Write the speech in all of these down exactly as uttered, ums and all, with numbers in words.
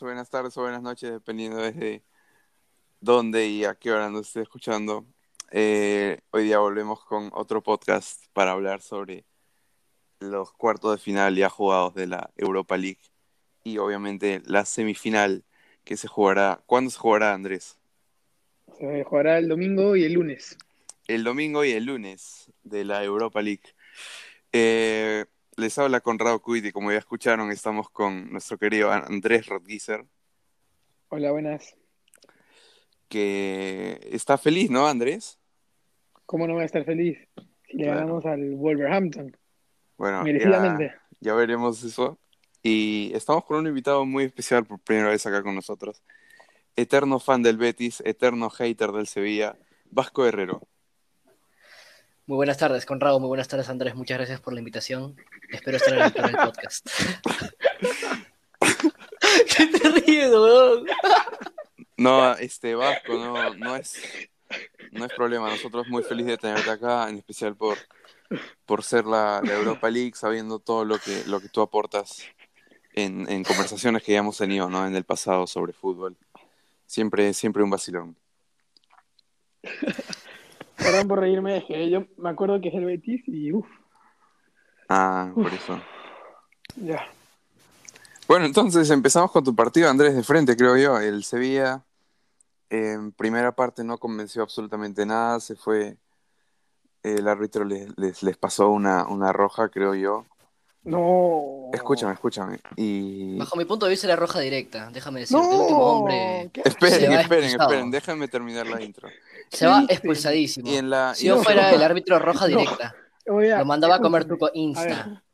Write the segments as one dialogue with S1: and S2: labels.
S1: o buenas tardes o buenas noches, dependiendo desde dónde y a qué hora nos esté escuchando. Eh, hoy día volvemos con otro podcast para hablar sobre los cuartos de final ya jugados de la Europa League y obviamente la semifinal que se jugará. ¿Cuándo se jugará, Andrés?
S2: Se jugará el domingo y el lunes.
S1: El domingo y el lunes de la Europa League. Eh, les habla Conrado Cuit y como ya escucharon, estamos con nuestro querido Andrés Rodgiser,
S2: Hola, buenas.
S1: que está feliz, ¿no, Andrés?
S2: ¿Cómo no voy a estar feliz si le
S1: Claro.
S2: ganamos al Wolverhampton?
S1: Bueno, ya,
S2: Merecidamente.
S1: ya veremos eso. Y estamos con un invitado muy especial por primera vez acá con nosotros. Eterno fan del Betis, eterno hater del Sevilla, Vasco Herrero.
S3: Muy buenas tardes, Conrado. Muy buenas tardes, Andrés. Muchas gracias por la invitación. Espero estar a la altura del podcast. ¿Qué te ríes, weón?
S1: No, este Vasco, no, no es, no es problema. Nosotros muy felices de tenerte acá, en especial por, por ser la, la Europa League, sabiendo todo lo que, lo que tú aportas en, en conversaciones que ya hemos tenido, ¿no? En el pasado sobre fútbol. Siempre, siempre un vacilón.
S2: Perdón por reírme, es que yo me acuerdo que es el Betis y uff,
S1: Ah, por eso.
S2: ya.
S1: Bueno, entonces empezamos con tu partido, Andrés, de frente, creo yo. El Sevilla, en primera parte no convenció absolutamente nada, se fue, el árbitro les, les, les pasó una, una roja, creo yo.
S2: No.
S1: Escúchame, escuchame. Y...
S3: Bajo mi punto de vista era roja directa. Déjame decirte, el último
S2: No.
S3: hombre
S2: ¿Qué
S3: se
S1: Esperen,
S3: va
S2: haces?
S1: esperen, esperen,
S3: expulsado.
S1: déjenme terminar la intro.
S3: Se
S2: ¿Qué
S3: va
S2: dicen?
S1: Y
S3: expulsadísimo.
S1: en la,
S3: Si
S1: y en
S3: yo
S1: la
S2: No.
S3: fuera el
S1: segunda...
S3: árbitro, roja
S2: No.
S3: directa.
S2: Voy
S3: Lo
S2: a,
S3: mandaba a comer
S2: escúchame.
S3: tuco
S2: A ver,
S3: insta.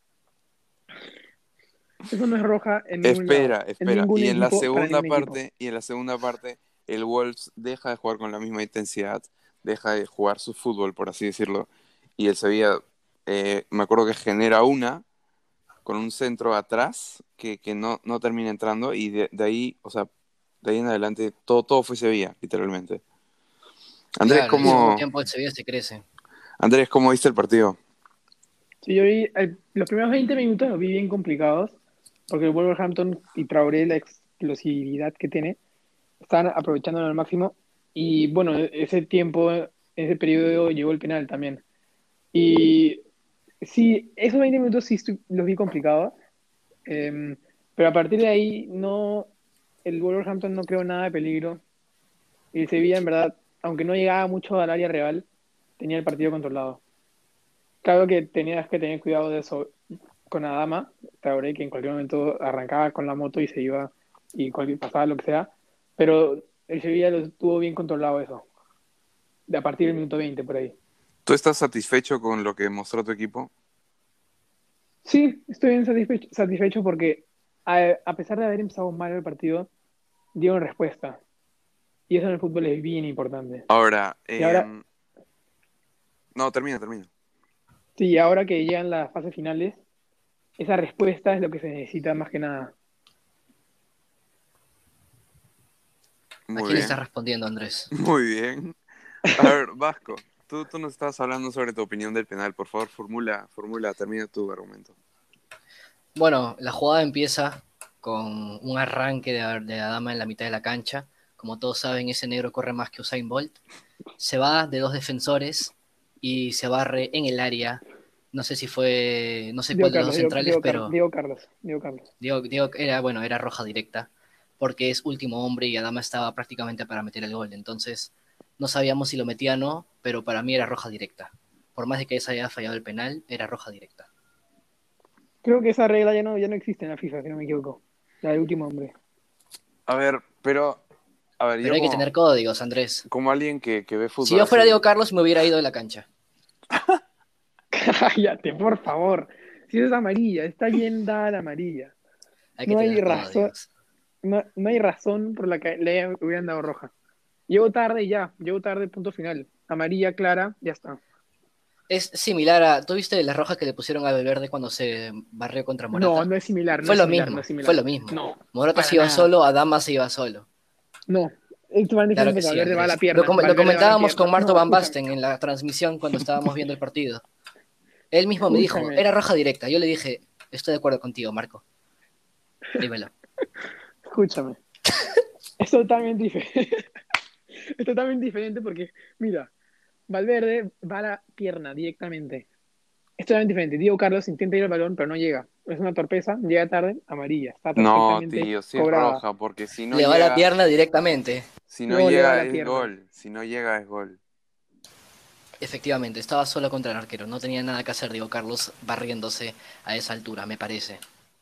S2: eso no es roja en ningún lado.
S1: Espera,
S2: En
S1: espera.
S2: ningún
S1: Y en la
S2: equipo, para
S1: segunda
S2: ningún equipo.
S1: parte, y en la segunda parte, el Wolves deja de jugar con la misma intensidad, deja de jugar su fútbol, por así decirlo, y el Sevilla, eh, me acuerdo que genera una con un centro atrás que, que no, no termina entrando, y de, de ahí, o sea, de ahí en adelante, todo, todo fue Sevilla, literalmente. Andrés,
S3: Claro, el segundo
S1: ¿cómo,
S3: tiempo el Sevilla se crece.
S1: Andrés, ¿cómo viste el partido?
S2: Sí, yo vi el- los primeros veinte minutos los vi bien complicados, porque el Wolverhampton y Traoré, la explosividad que tiene, estaban aprovechándolo al máximo. Y bueno, ese tiempo, ese periodo llegó el penal también. Y sí, esos veinte minutos sí estu- los vi complicados, eh, pero a partir de ahí no, el Wolverhampton no creó nada de peligro. Y el Sevilla, en verdad, aunque no llegaba mucho al área real, tenía el partido controlado. Claro que tenías que tener cuidado de eso con Adama, Traoré, que en cualquier momento arrancaba con la moto y se iba y cualquier, pasaba lo que sea, pero el Sevilla lo tuvo bien controlado eso, de a partir del minuto veinte por ahí.
S1: ¿Tú estás satisfecho con lo que mostró tu equipo?
S2: Sí, estoy bien satisfecho, satisfecho porque a, a pesar de haber empezado mal el partido, dieron respuesta. Y eso en el fútbol es bien importante.
S1: Ahora,
S2: Y ahora,
S1: eh, no, termina, termina.
S2: sí, ahora que llegan las fases finales, esa respuesta es lo que se necesita más que nada.
S3: ¿A
S1: Muy
S3: quién le estás
S1: bien,
S3: respondiendo, Andrés?
S1: muy bien. A ver, Vasco, tú, tú nos estabas hablando sobre tu opinión del penal. Por favor, formula, formula, termina tu argumento.
S3: Bueno, la jugada empieza con un arranque de, de Adama en la mitad de la cancha. Como todos saben, ese negro corre más que Usain Bolt. Se va de dos defensores y se barre en el área. No sé si fue, no sé
S2: Diego
S3: cuál de los
S2: Carlos,
S3: dos
S2: Diego,
S3: centrales,
S2: Diego, Car-
S3: pero
S2: Diego Carlos, Diego Carlos.
S3: Diego, Diego era, bueno, era roja directa, porque es último hombre y Adama estaba prácticamente para meter el gol. Entonces, no sabíamos si lo metía o no, pero para mí era roja directa. Por más de que se haya fallado el penal, era roja directa.
S2: Creo que esa regla ya no, ya no existe en la FIFA, si no me equivoco. La del último hombre.
S1: A ver, pero, a ver,
S3: Pero
S1: yo
S3: hay que
S1: como,
S3: tener códigos, Andrés.
S1: como alguien que, que ve
S3: Si
S1: fútbol
S3: yo fuera
S1: hace...
S3: Diego Carlos, me hubiera ido de la cancha.
S2: Cállate, por favor. Si es amarilla, está bien dada la amarilla.
S3: Hay que
S2: No hay
S3: tener
S2: razón,
S3: códigos.
S2: no, no hay razón por la que le hubieran dado roja. Llego tarde y ya, llego tarde, punto final. Amarilla clara, ya está.
S3: Es similar a... ¿Tú viste la roja que le pusieron a Valverde cuando se barrió contra
S2: No,
S3: Morata?
S2: no es similar, no
S3: Fue
S2: es
S3: lo
S2: similar, no
S3: mismo,
S2: es
S3: fue
S2: similar.
S3: lo mismo.
S2: No,
S3: Morata
S2: para
S3: se iba
S2: nada.
S3: solo, Adama se iba solo.
S2: No, es más
S3: Claro
S2: diferente
S3: que
S2: porque
S3: sí,
S2: Valverde va a la
S3: Andrés. Lo,
S2: pierna.
S3: com- lo
S2: Valverde va a la
S3: comentábamos
S2: pierna.
S3: con Marto
S2: No,
S3: Van
S2: escúchame,
S3: Basten en la transmisión cuando estábamos viendo el partido. Él mismo me dijo,
S2: escúchame,
S3: era roja directa. Yo le dije, estoy de acuerdo contigo, Marco. Dímelo.
S2: escúchame. Es totalmente diferente. Es totalmente diferente porque, mira, Valverde va a la pierna directamente. Es totalmente diferente. Diego Carlos intenta ir al balón, pero no llega. Es una torpeza, llega tarde, amarilla. Está
S1: No,
S2: perfectamente
S1: tío, sí es
S2: cobrada.
S1: roja, porque si no
S3: Le va a la
S1: llega,
S3: pierna directamente.
S1: si no
S2: No le va a
S1: llega
S2: la
S1: es
S2: pierna.
S1: gol. Si no llega es gol.
S3: Efectivamente, estaba solo contra el arquero. No tenía nada que hacer Diego Carlos barriéndose a esa altura, me parece.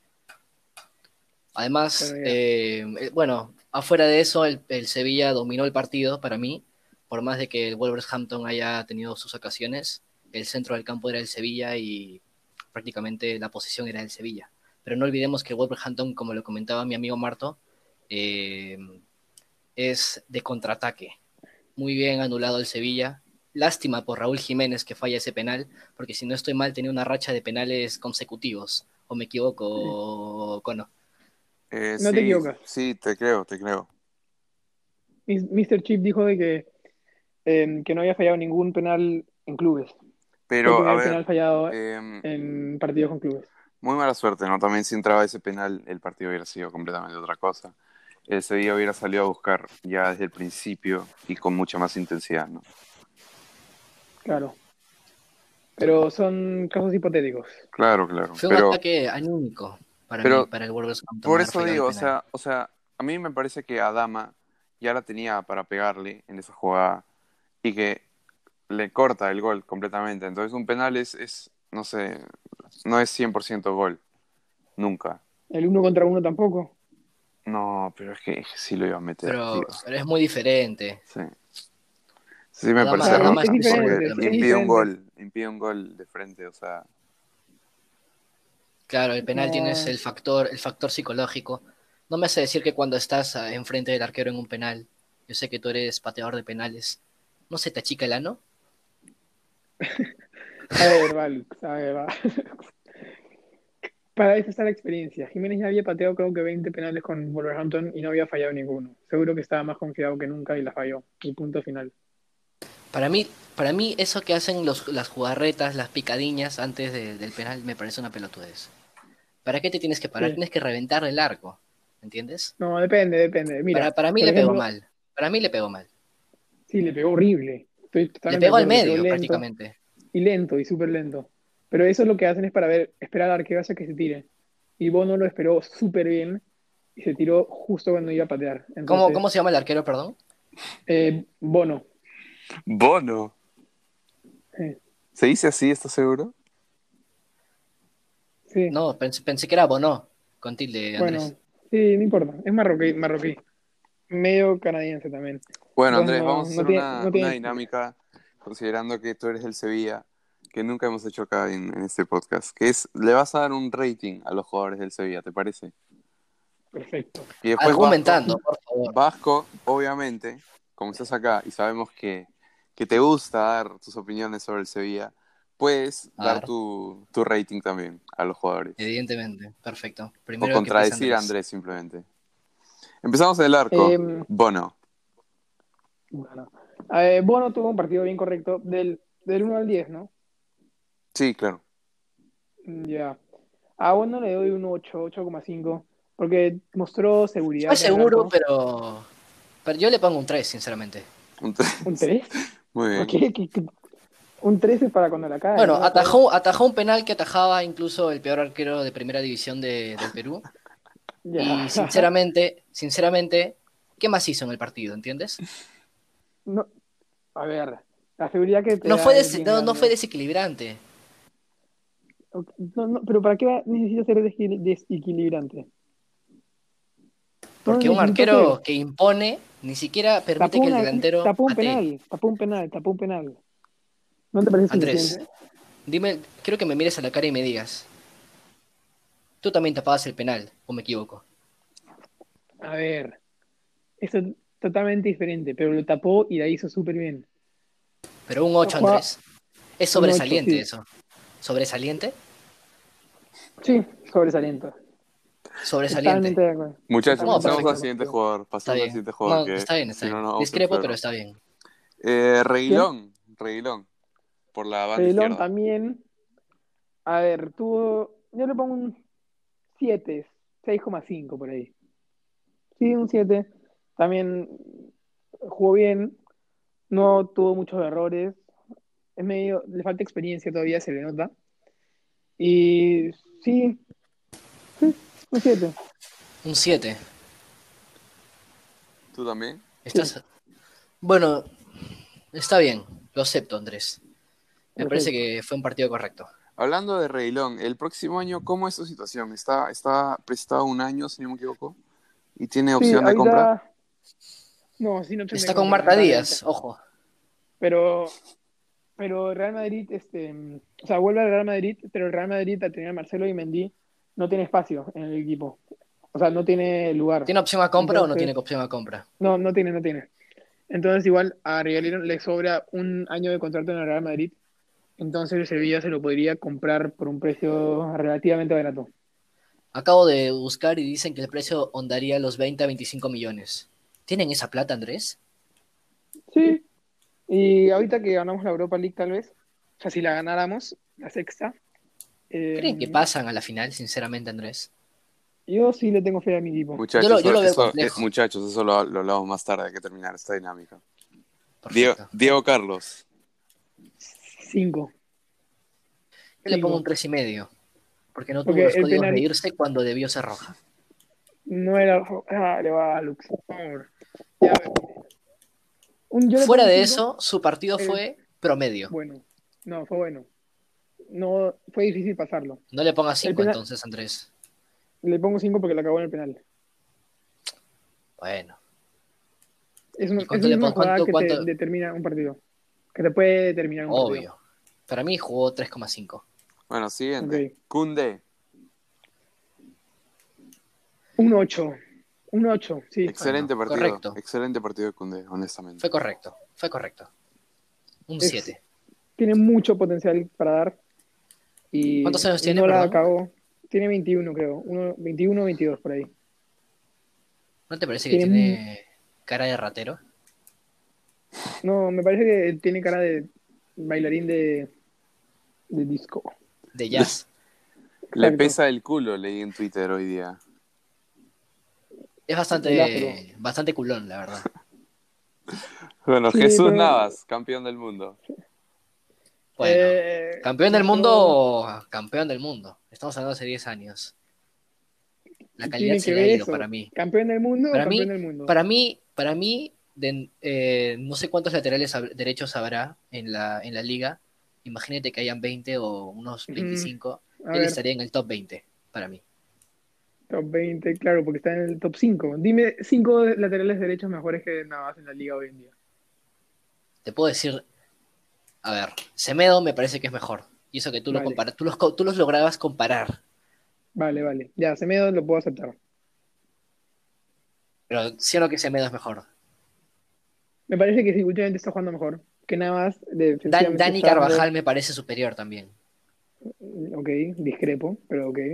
S3: Además,
S2: Pero ya.
S3: eh, eh, bueno, afuera de eso, el, el Sevilla dominó el partido para mí. Por más de que el Wolverhampton haya tenido sus ocasiones, el centro del campo era el Sevilla y prácticamente la posición era el Sevilla. Pero no olvidemos que el Wolverhampton, como lo comentaba mi amigo Marto, eh, es de contraataque. Muy bien anulado el Sevilla. Lástima por Raúl Jiménez que falla ese penal, porque si no estoy mal tenía una racha de penales consecutivos. ¿O me equivoco, Cono?
S1: Eh,
S2: No te
S1: sí,
S2: equivocas.
S1: sí, te creo, te creo.
S2: Mis- míster Chip dijo de que, eh, que no había fallado ningún penal en clubes. Fue el
S1: Pero, a
S2: primer
S1: ver,
S2: penal fallado
S1: em,
S2: en partidos con clubes.
S1: muy mala suerte, ¿no? También si entraba ese penal, el partido hubiera sido completamente otra cosa. El Sevilla hubiera salido a buscar ya desde el principio y con mucha más intensidad, ¿no?
S2: Claro. Pero son casos hipotéticos.
S1: Claro, claro.
S3: Fue un
S1: Pero,
S3: ataque anímico para mí,
S1: pero
S3: para el Wolverhampton
S1: por
S3: haber
S1: eso
S3: fallado el
S1: digo, o
S3: penal.
S1: sea, o sea, a mí me parece que Adama ya la tenía para pegarle en esa jugada y que le corta el gol completamente. Entonces un penal es, es no sé, no es cien por ciento gol, nunca.
S2: El uno contra uno tampoco.
S1: No, pero es que sí lo iba a meter, tío.
S3: Pero, pero es muy diferente.
S1: Sí. Sí me
S3: Adama,
S1: parece
S2: Claro, es,
S3: Adama
S1: roja,
S2: es
S3: estoy seguro
S1: porque
S3: que
S2: diferente,
S3: lo
S2: es
S3: mete.
S1: impide un
S2: diferente.
S1: gol, impide un gol de frente, o sea,
S3: Claro, el penal tienes
S2: No,
S3: el factor, el factor psicológico. No me hace decir que cuando estás ah, enfrente del arquero en un penal, yo sé que tú eres pateador de penales, ¿no se te achica el ano?
S2: a ver, Valux, a ver, va. Para eso está la experiencia. Jiménez ya había pateado creo que veinte penales con Wolverhampton y no había fallado ninguno. Seguro que estaba más confiado que nunca y la falló. Y punto final.
S3: Para mí, para mí eso que hacen los, las jugarretas, las picadiñas antes de- del penal me parece una pelotudez. ¿Para qué te tienes que parar?
S2: Sí.
S3: Tienes que reventar el arco, ¿entiendes?
S2: No, depende, depende.
S3: Para,
S2: Mira,
S3: para mí
S2: por
S3: le pegó
S2: ejemplo,
S3: mal. Para mí le pegó mal.
S2: sí, le pegó horrible. Estoy
S3: Le
S2: totalmente de
S3: pegó al
S2: acuerdo. Le pegó
S3: medio
S2: lento
S3: prácticamente.
S2: y lento y súper lento. Pero eso es lo que hacen es para ver, esperar al arquero hasta que se tire. Y Bono lo esperó súper bien y se tiró justo cuando iba a patear.
S3: ¿Cómo,
S2: Entonces,
S3: cómo se llama el arquero, perdón?
S2: eh, Bono.
S1: Bono.
S2: Sí,
S1: ¿Se dice así, estás seguro?
S2: sí.
S3: No, pensé, pensé que era Bono, con tilde, Andrés.
S2: Bueno, sí, no importa. Es marroquí, marroquí. Medio canadiense también.
S1: Bueno,
S2: Entonces
S1: Andrés,
S2: no,
S1: vamos a
S2: no
S1: hacer
S2: tiene,
S1: una,
S2: no
S1: una
S2: tiene chiste.
S1: dinámica, considerando que tú eres del Sevilla, que nunca hemos hecho acá en, en este podcast, que es, le vas a dar un rating a los jugadores del Sevilla, ¿te parece?
S2: Perfecto.
S1: Y después Vasco,
S3: Argumentando, por favor.
S1: Vasco, obviamente, como estás acá y sabemos que, que te gusta dar tus opiniones sobre el Sevilla, puedes
S3: A
S1: dar
S3: ver,
S1: tu, tu rating también a los jugadores.
S3: evidentemente, perfecto.
S1: O
S3: Primero que empiece
S1: contradecir a
S3: Andrés.
S1: Andrés simplemente. Empezamos en el arco.
S2: Eh,
S1: Bono.
S2: bueno, Eh, Bono tuvo un partido bien correcto del, del uno al diez, ¿no?
S1: Sí, claro.
S2: Mm, Ya. A Bono le doy un ocho, ocho coma cinco, porque mostró
S3: Fue
S2: seguridad en el
S3: seguro,
S2: arco.
S3: pero, pero yo le pongo un tres, sinceramente.
S1: Un
S2: ¿Un
S1: tres.
S2: tres?
S1: Muy
S2: ¿Por
S1: bien.
S2: qué? ¿Qué- qué? Un trece para cuando la cae,
S3: Bueno,
S2: no jodas.
S3: atajó, atajó un penal que atajaba incluso el peor arquero de primera división de- del Perú.
S2: Ya.
S3: Y sinceramente, sinceramente, ¿qué más hizo en el partido, entiendes?
S2: No, a ver, la seguridad que te
S3: No fue,
S2: da es
S3: des-
S2: bien
S3: no, no fue
S2: grande.
S3: desequilibrante,
S2: Ok, No, no, pero ¿para qué va- necesita ser desequil- desequilibrante? No lo
S3: porque un
S2: necesito ser.
S3: arquero que impone ni siquiera permite
S2: Tapó,
S3: que el
S2: una,
S3: delantero
S2: tapó un
S3: patee.
S2: penal, tapó un penal, tapó un penal. ¿No te parece
S3: Andrés,
S2: suficiente?
S3: dime, quiero que me mires a la cara y me digas, tú también tapabas el penal, ¿o me equivoco?
S2: A ver, eso es totalmente diferente, pero lo tapó y la hizo súper bien.
S3: Pero un ocho,
S2: Juega
S3: Andrés, es
S2: un ocho,
S3: sobresaliente
S2: sí.
S3: eso. ¿Sobresaliente?
S2: Sí, sobresaliente.
S3: Sobresaliente.
S2: Totalmente de acuerdo.
S1: Muchachos,
S3: No,
S2: Totalmente de
S1: pasemos al
S3: perfecto.
S2: acuerdo
S1: siguiente
S2: contigo.
S1: jugador.
S3: Está
S1: Pasemos al
S3: bien.
S1: siguiente jugador,
S3: No,
S1: que
S3: está bien, está
S1: si no
S3: bien.
S1: nos vamos en
S3: Discrepo, pero
S1: floro.
S3: está bien.
S1: Eh,
S2: ¿Quién?
S1: Reguilón. Reguilón. Por la banda
S2: Reguilón
S1: izquierda.
S2: también. A ver, tuvo. Yo le pongo un siete, seis coma cinco por ahí. Sí, un siete. También jugó bien, no tuvo muchos errores. Es medio, le falta experiencia todavía, se le nota. Y sí, sí, un siete.
S3: Un siete.
S1: ¿Tú también?
S2: Sí,
S3: Estás... Bueno, está bien, lo acepto, Andrés. Me parece
S2: perfecto.
S3: que fue un partido correcto.
S1: Hablando de Reilón, el próximo año, ¿cómo es su situación? ¿Está, está prestado un año, si no me equivoco? ¿Y tiene
S2: Sí,
S1: opción de compra?
S2: ahorita, no, sin opción de
S3: Está con
S2: compra,
S3: Marta
S2: lamentablemente.
S3: Díaz, ojo.
S2: Pero, pero Real Madrid, este, o sea, vuelve al Real Madrid, pero el Real Madrid al tener a Marcelo y Mendy no tiene espacio en el equipo. O sea, no tiene lugar.
S3: ¿Tiene opción a compra o no
S2: Entonces,
S3: tiene opción a compra?
S2: no, no tiene, no tiene. Entonces, igual a Real le sobra un año de contrato en el Real Madrid. Entonces, el Sevilla se lo podría comprar por un precio relativamente barato.
S3: Acabo de buscar y dicen que el precio ondaría los veinte a veinticinco millones. ¿Tienen esa plata, Andrés?
S2: Sí, y ahorita que ganamos la Europa League, tal vez, o sea, si la ganáramos, la sexta,
S3: ¿Creen que
S2: eh,
S3: pasan a la final, sinceramente, Andrés?
S2: yo sí le tengo fe a mi equipo.
S3: Yo lo,
S1: Muchachos,
S3: yo
S1: eso,
S3: lo veo
S1: eso- eh,
S3: complejo.
S1: muchachos, eso lo, lo hablamos más tarde, hay que terminar esta dinámica. Diego,
S3: Perfecto.
S1: Diego Carlos,
S2: Cinco,
S3: Yo le pongo un
S2: cinco.
S3: tres y medio, porque no tuvo
S2: Porque
S3: los
S2: el
S3: códigos de
S2: penal
S3: irse cuando debió ser roja.
S2: no era. Ah, le va a Lux, por favor. Ya, un, yo le pongo
S3: Fuera
S2: un
S3: de
S2: cinco.
S3: eso, su partido
S2: eh,
S3: fue promedio.
S2: bueno, no, fue bueno. No, fue difícil pasarlo.
S3: No le ponga
S2: El
S3: cinco
S2: penal,
S3: entonces, Andrés.
S2: le pongo cinco porque lo acabó en el penal.
S3: Bueno.
S2: Es una,
S3: ¿Y
S2: es
S3: cuánto le
S2: una
S3: pongo?
S2: jugada
S3: ¿Cuánto,
S2: que te
S3: cuánto?
S2: determina un partido. Que te puede determinar un partido.
S3: Obvio. Para mí jugó tres coma cinco.
S1: bueno, siguiente.
S2: Ok.
S1: Kunde,
S2: Un ocho. Un ocho, sí.
S3: Bueno,
S1: excelente partido,
S3: correcto.
S1: excelente partido de Kunde, honestamente.
S3: Fue correcto. Fue correcto. Un
S2: Es,
S3: siete.
S2: tiene mucho potencial para dar y
S3: ¿Cuántos años tiene,
S2: no la
S3: perdón?
S2: acabó. Tiene veintiuno, creo. Uno, veintiuno o veintidós por ahí.
S3: ¿No te parece que
S2: Tiene, mu-
S3: tiene cara de ratero?
S2: no, me parece que tiene cara de bailarín de, de disco.
S3: De
S1: Le,
S3: jazz.
S1: le
S2: Exacto.
S1: pesa el culo, leí en Twitter hoy día.
S3: Es
S2: El afro.
S3: bastante, bastante culón, la verdad.
S1: Bueno,
S2: Sí,
S1: Jesús
S2: pero
S1: Navas, campeón del mundo.
S3: Bueno,
S2: eh,
S3: campeón del
S2: mostró.
S3: mundo, campeón del mundo. Estamos hablando hace diez años. La
S2: ¿Qué
S3: calidad
S2: tiene
S3: se
S2: que
S3: le ha
S2: ver
S3: ido para
S2: eso?
S3: mí.
S2: ¿Campeón del mundo o
S3: Para
S2: campeón
S3: mí,
S2: del mundo?
S3: para mí, para mí, de- eh, no sé cuántos laterales hab- derechos habrá en la, en la liga. Imagínate que hayan veinte o unos
S2: Mm,
S3: veinticinco.
S2: a
S3: Él
S2: ver,
S3: estaría en el top veinte para mí.
S2: top veinte, claro, porque está en el top cinco. Dime cinco laterales derechos mejores que Navas en la liga hoy en día.
S3: Te puedo decir, a ver, Semedo me parece que es mejor. Y eso que tú lo
S2: Vale,
S3: comparas, tú los, co- tú los lograbas comparar.
S2: vale, vale. Ya, Semedo lo puedo aceptar.
S3: Pero siento que Semedo es mejor.
S2: Me parece que sí, últimamente está jugando mejor. Que Navas
S3: Dan,
S2: defensivamente
S3: Dani
S2: está dando.
S3: Carvajal me parece superior también.
S2: Ok, discrepo, pero ok.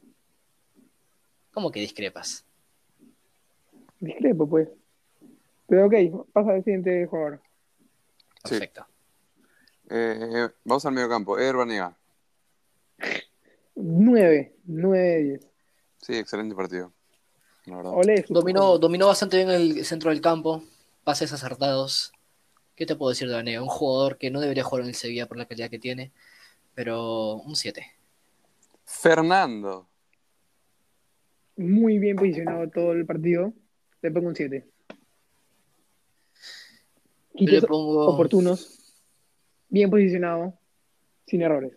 S3: ¿Cómo que discrepas?
S2: Discrepo, pues. Pero ok, pasa al siguiente jugador.
S1: Sí.
S3: Perfecto.
S1: Eh, vamos al medio campo. Eder Banega.
S2: Nueve, nueve de diez.
S1: Sí, excelente partido, la verdad.
S2: Ole sus
S3: Dominó,
S2: cojones.
S3: dominó bastante bien el centro del campo. Pases acertados. ¿Qué te puedo decir de Banega? Un jugador que no debería jugar en el Sevilla por la calidad que tiene. Pero un siete.
S1: Fernando.
S2: Muy bien posicionado todo el partido. Le pongo un siete.
S3: Yo le
S2: Quites
S3: pongo
S2: oportunos, bien posicionado, sin errores.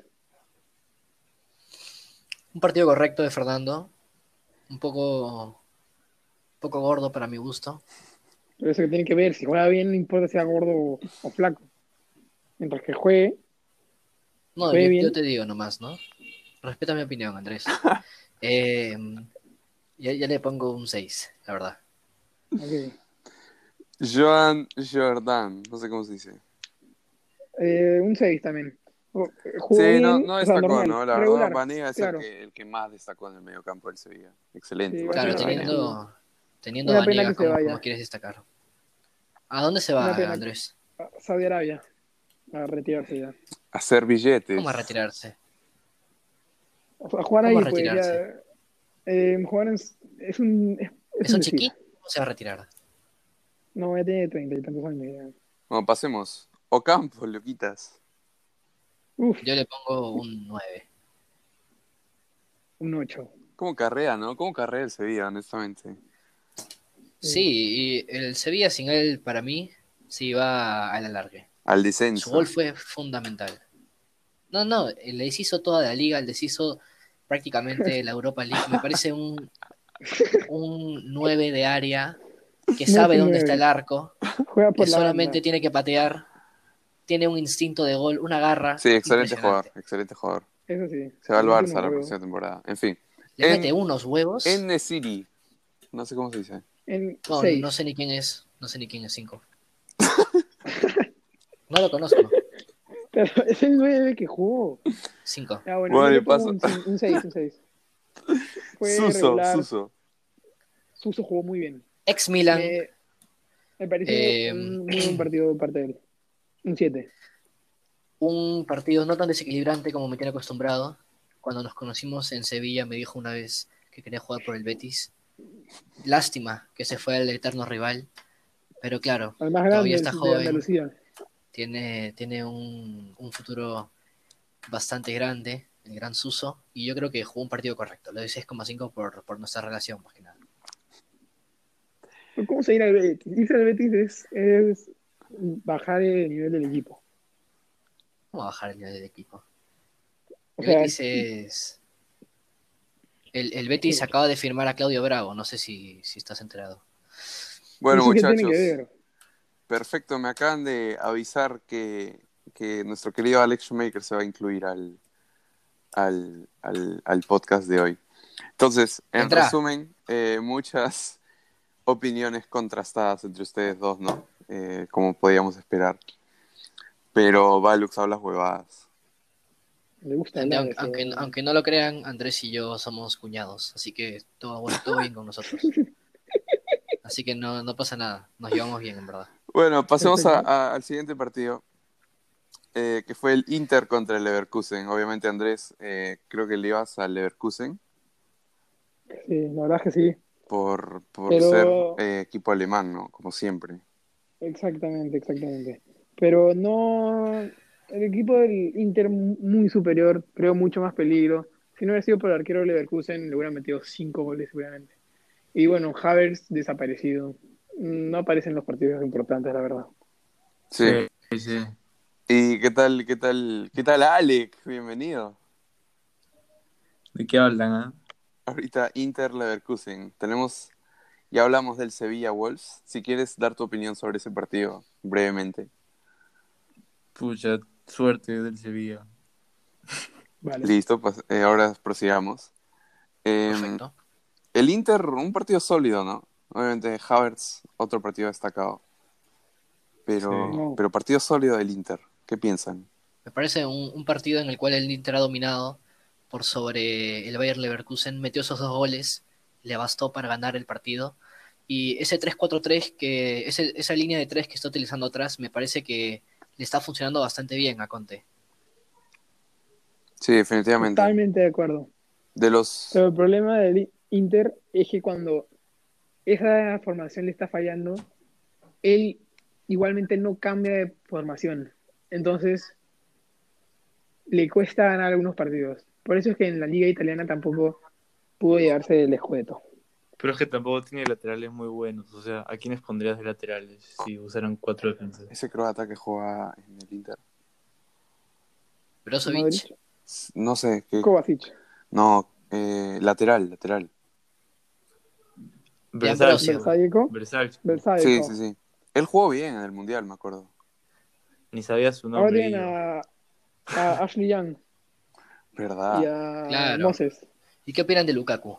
S3: un partido correcto de Fernando. Un poco, un poco gordo para mi gusto.
S2: Pero eso que tiene que ver, si juega bien, no importa si sea gordo o, o flaco. Mientras que juegue, y
S3: No,
S2: juegue
S3: yo, yo
S2: bien,
S3: te digo nomás, ¿no? Respeta mi opinión, Andrés. Eh, ya, ya le pongo un seis, la verdad.
S2: ok.
S1: Joan Jordan. No sé cómo se dice.
S2: Eh, un seis también. O- Jugó
S1: Sí, no,
S2: bien,
S1: no
S2: o sea,
S1: destacó,
S2: normal,
S1: ¿no? La verdad,
S2: regular,
S1: Vanega es el
S2: claro.
S1: que, el que más destacó en el medio campo del Sevilla. Excelente
S2: Sí, va a ser
S3: Claro,
S1: partido de
S2: una pena,
S1: Vanega.
S2: sí.
S3: teniendo, teniendo a
S2: Una pena
S3: Banega
S2: que se
S3: como, como
S2: vaya.
S3: quieres destacar. ¿A dónde se
S2: Una
S3: va,
S2: pena.
S3: Andrés?
S2: A Saudi Arabia a retirarse ya.
S1: Hacer
S3: ¿Cómo a
S1: billetes.
S3: retirarse?
S2: A jugar
S3: ¿Cómo a
S2: ahí, pues ya.
S3: retirarse?
S2: Eh, jugar es, es un, es, es
S3: ¿Es
S2: un
S3: un
S2: decir.
S3: chiqui? se va a retirar.
S2: No, ya tiene treinta y tantos años ya.
S1: Bueno, pasemos. Ocampo, lo quitas.
S2: Uf,
S3: Yo le pongo un nueve.
S2: un ocho.
S1: ¿Cómo carrea, no? ¿Cómo carrea el Sevilla, honestamente?
S3: Sí, y el Sevilla sin él, para mí, sí va a la larga.
S1: Al
S3: Su gol
S1: descenso.
S3: fue fundamental. No, no, le deshizo toda la liga, le deshizo prácticamente la Europa League. Me parece un, un nueve de área que
S2: No es
S3: sabe
S2: un
S3: dónde está el
S2: nueve.
S3: arco,
S2: Juega
S3: que
S2: por la
S3: solamente
S2: banda.
S3: tiene que patear, tiene un instinto de gol, una garra
S1: Sí, excelente jugador,
S3: impresionante.
S1: excelente jugador.
S2: Eso sí.
S1: Se va
S2: Le
S1: al
S2: mete unos
S1: Barça la
S2: huevos.
S1: próxima temporada. En fin.
S3: Le mete
S1: En,
S3: unos huevos.
S1: en City. No sé cómo se dice.
S2: En
S3: No, no
S2: seis.
S3: sé ni quién es, no sé ni quién es cinco. No lo conozco.
S2: Pero es el nueve que jugó.
S3: Cinco.
S2: Ah, bueno, yo
S1: Bueno, y
S2: le pongo
S1: paso.
S2: un cin- un seis, un seis. Fue
S1: Suso,
S2: regular.
S1: Suso.
S2: Suso jugó muy bien.
S3: Ex Milan.
S2: Me, me pareció
S3: eh,
S2: un muy buen partido de parte de él. Un siete.
S3: un partido no tan desequilibrante como me tiene acostumbrado. Cuando nos conocimos en Sevilla me dijo una vez que quería jugar por el Betis. Lástima que se fue al eterno rival, pero claro,
S2: Al más
S3: todavía
S2: grande
S3: está
S2: del- de
S3: joven,
S2: Andalucía.
S3: tiene, tiene un, un futuro bastante grande, el gran Suso, y yo creo que jugó un partido correcto. Le doy seis coma cinco por, por nuestra relación, más que nada.
S2: ¿Cómo se irá al Betis? Irse al Betis es, es bajar el nivel del equipo.
S3: Vamos a bajar el nivel del equipo.
S2: O
S3: El
S2: sea,
S3: Betis es... El, el Betis
S2: ¿qué,
S3: acaba de firmar a Claudio Bravo, no sé si, si estás enterado.
S1: Bueno,
S2: eso qué tiene que
S1: muchachos.
S2: ver?
S1: Perfecto, me acaban de avisar que, que nuestro querido Alex Shoemaker se va a incluir al, al, al, al podcast de hoy. Entonces, en
S3: Entra.
S1: resumen, eh, muchas opiniones contrastadas entre ustedes dos, ¿no? Eh, como podíamos esperar. Pero Valux habla huevadas.
S2: Le gusta
S3: Gente,
S2: hablar
S3: aunque,
S2: ese
S3: aunque,
S2: huevón.
S3: aunque no lo crean, Andrés y yo somos cuñados, así que todo, bueno, todo bien con nosotros. Así que no, no pasa nada, nos llevamos bien, en verdad.
S1: Bueno, pasemos a-
S2: Perfecto.
S1: a- al siguiente partido, eh, que fue el Inter contra el Leverkusen. Obviamente, Andrés, eh, creo que le ibas al Leverkusen
S2: Sí, la verdad es que sí.
S1: por, por ser
S2: Pero,
S1: eh, equipo alemán, ¿no? Como siempre.
S2: exactamente, exactamente. Pero no, el equipo del Inter muy superior, creo mucho más peligro. Si no hubiera sido por el arquero Leverkusen, le hubieran metido cinco goles seguramente. Y bueno, Havertz desaparecido. No aparece en los partidos importantes, la verdad.
S1: Sí.
S4: Sí, sí.
S1: ¿Y qué tal, qué tal, qué tal, Alex? Bienvenido.
S4: ¿De qué hablan, ah?
S1: Ahorita Inter Leverkusen. Tenemos, ya hablamos del Sevilla Wolves. Si quieres dar tu opinión sobre ese partido, brevemente.
S4: Pucha, suerte del Sevilla.
S2: Vale.
S1: Listo, pues eh, ahora prosigamos. Eh,
S3: Perfecto.
S1: el Inter, un partido sólido, ¿no? Obviamente Havertz, otro partido destacado. Pero,
S4: Sí.
S2: No,
S1: pero partido sólido del Inter. ¿Qué piensan?
S3: Me parece un, un partido en el cual el Inter ha dominado por sobre el Bayer Leverkusen, metió esos dos goles, le bastó para ganar el partido. Y ese tres cuatro tres, que, ese, esa línea de tres que está utilizando atrás, me parece que le está funcionando bastante bien a Conte.
S1: Sí, definitivamente.
S2: totalmente de acuerdo.
S1: De los...
S2: Pero el problema del Inter es que cuando esa formación le está fallando, él igualmente no cambia de formación. Entonces, le cuesta ganar algunos partidos. Por eso es que en la liga italiana tampoco pudo llevarse el escudeto.
S4: Pero es que tampoco tiene laterales muy buenos. O sea, ¿a quiénes pondrías de laterales si usaran cuatro defensas?
S1: Ese croata que juega en el Inter.
S3: Brozovic,
S2: Modric,
S1: No sé, qué...
S2: Kovacic,
S1: No, eh, lateral, lateral.
S3: de
S4: Versalcio.
S3: Ambrosio.
S2: Versálico,
S4: Versalcio.
S1: Sí, sí,
S2: Versálico.
S1: sí. Él jugó bien en el Mundial, me acuerdo.
S4: Ni sabía su
S2: Ahora
S4: nombre
S2: tienen
S4: y yo.
S2: a, a Ashley Young y
S1: ¿Verdad?
S2: a
S3: Claro.
S2: Moses.
S3: ¿Y qué opinan de Lukaku?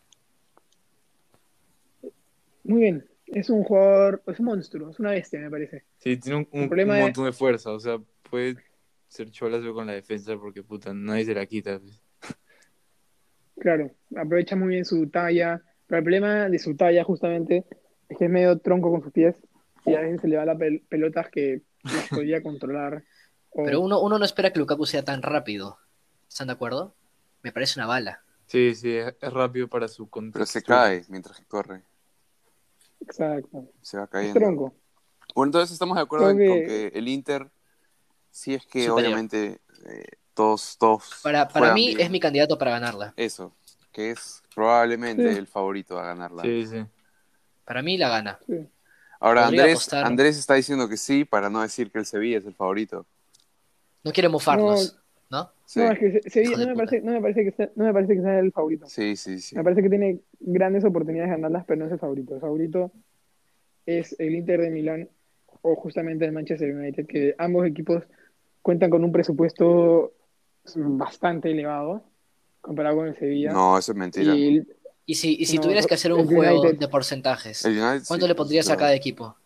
S2: Muy bien. Es un jugador, es un monstruo, es una bestia, me parece.
S4: Sí, tiene un,
S2: El
S4: un, un
S2: problema es,
S4: montón de fuerza. O sea, puede ser cholazo con la defensa porque, puta, nadie se la quita, pues.
S2: claro, aprovecha muy bien su talla, pero el problema de su talla justamente es que es medio tronco con sus pies y a veces se le va la pel- pelotas que las podría controlar.
S3: Pero
S2: O,
S3: uno, uno no espera que Lukaku sea tan rápido. ¿Están de acuerdo? Me parece una bala.
S4: Sí, sí, es, es rápido para su
S1: Pero se
S4: contextura.
S1: cae mientras que corre.
S2: Exacto.
S1: Se va
S2: Es
S1: cayendo.
S2: tronco.
S1: Bueno, entonces estamos de acuerdo
S2: Creo
S1: en- con
S2: que
S1: que el Inter, si es que
S3: Superior.
S1: obviamente eh, todos, todos
S3: Para, para
S1: juegan
S3: mí
S1: bien,
S3: es mi candidato para ganarla.
S1: eso, que es probablemente
S2: sí,
S1: el favorito a ganarla.
S4: Sí, sí.
S3: Para mí la gana.
S2: sí.
S1: Ahora,
S3: Podría
S1: Andrés,
S3: apostar.
S1: Andrés está diciendo que sí, para no decir que el Sevilla es el favorito.
S3: No quiere
S2: No,
S3: mofarnos, ¿no?
S1: Sí,
S2: no, es que Se- Sevilla
S3: Hijo
S2: no
S3: de
S2: me
S3: puta.
S2: parece, no me parece que sea, no me parece que sea el favorito.
S1: sí, sí, sí.
S2: Me parece que tiene grandes oportunidades de ganarlas, pero no es el favorito. El favorito es el Inter de Milán o justamente el Manchester United, que ambos equipos cuentan con un presupuesto bastante elevado comparado con el Sevilla.
S1: No, eso es mentira.
S2: Y el-
S3: Y si, y si
S2: no,
S3: tuvieras que hacer un
S2: el
S3: juego
S2: United,
S3: de porcentajes,
S1: El United sí,
S3: ¿cuánto le
S1: pues,
S3: pondrías a cada
S1: claro.
S3: equipo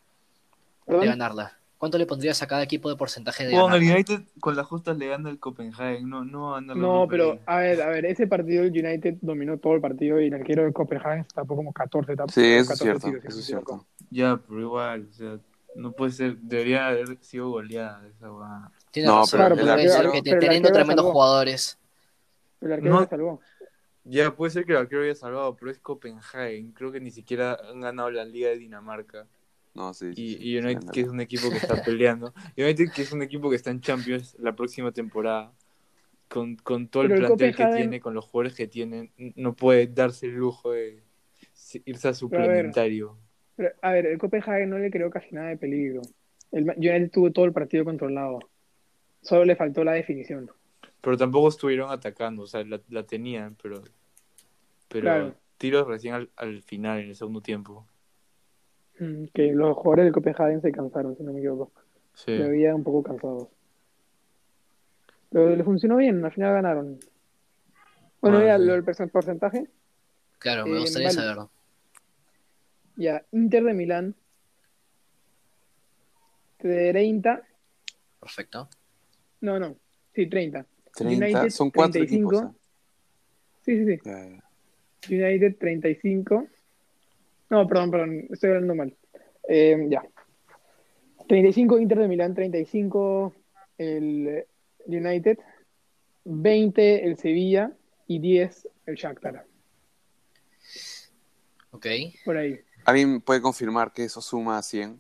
S3: de
S2: perdón,
S3: ganarla? ¿Cuánto le pondrías a cada equipo de porcentaje de
S4: Bueno, el
S3: ganarla?
S4: United con las justas le gana el Copenhagen, no, no va a ganar la
S2: no,
S4: Europa
S2: pero
S4: League.
S2: a ver, a ver, ese partido el United dominó todo el partido y el arquero de Copenhagen se tapó como catorce, tap-
S1: Sí, eso es
S2: catorce
S1: cierto,
S2: tiros, si no
S1: eso
S2: me
S1: es
S2: equivoco.
S1: cierto.
S4: Ya, pero igual, o sea, no puede ser, debería haber sido goleada esa guada.
S3: Tienes
S1: No, pero
S3: razón,
S2: Claro,
S3: yo
S1: el
S2: pero el
S3: iba a
S2: arquero,
S3: decir
S1: arquero,
S3: que te-
S2: pero el
S3: teniendo
S2: arquero la
S3: tremendos
S2: salvó.
S3: jugadores,
S2: El arquero la
S4: No,
S2: salvó.
S4: ya puede ser que el arquero haya salvado, pero es Copenhagen. Creo que ni siquiera han ganado la Liga de Dinamarca.
S1: no, sí, sí,
S4: Y,
S1: sí,
S4: y
S1: sí, es
S4: United, que es
S1: verdad.
S4: un equipo que está peleando. Y United, que es un equipo que está en Champions la próxima temporada. Con, con todo el
S2: Pero el
S4: plantel que
S2: Copenhagen,
S4: tiene, con los jugadores que tienen, no puede darse el lujo de irse a
S2: pero a ver,
S4: suplementario.
S2: pero, a ver, el Copenhagen no le creó casi nada de peligro. El Ma- United tuvo todo el partido controlado. Solo le faltó la definición.
S4: Pero tampoco estuvieron atacando, o sea, la, la tenían, pero, pero
S2: Claro,
S4: tiros recién al, al final, en el segundo tiempo.
S2: mm, que los jugadores del Copenhagen se cansaron, si no me equivoco.
S4: Sí.
S2: Se veían un poco cansados. Pero le funcionó bien, al final ganaron. Bueno,
S4: Bueno,
S2: ya lo
S4: sí.
S2: del percent- porcentaje.
S3: claro, me
S2: eh,
S3: gustaría
S2: vale,
S3: saberlo.
S2: ya, Inter de Milán, treinta.
S3: Perfecto.
S2: No, no, sí, treinta.
S1: treinta,
S2: United,
S1: son
S2: treinta
S1: cuatro
S2: y
S1: equipos.
S2: cinco.
S1: ¿Ah?
S2: Sí, sí,
S1: Ya, ya.
S2: sí. United, treinta y cinco. No, perdón, perdón, estoy hablando mal. Eh, ya. treinta y cinco Inter de Milán, treinta y cinco el eh, United, veinte el Sevilla y diez el Shakhtar.
S3: Ok.
S2: Por ahí.
S1: ¿Alguien puede confirmar que eso suma a cien?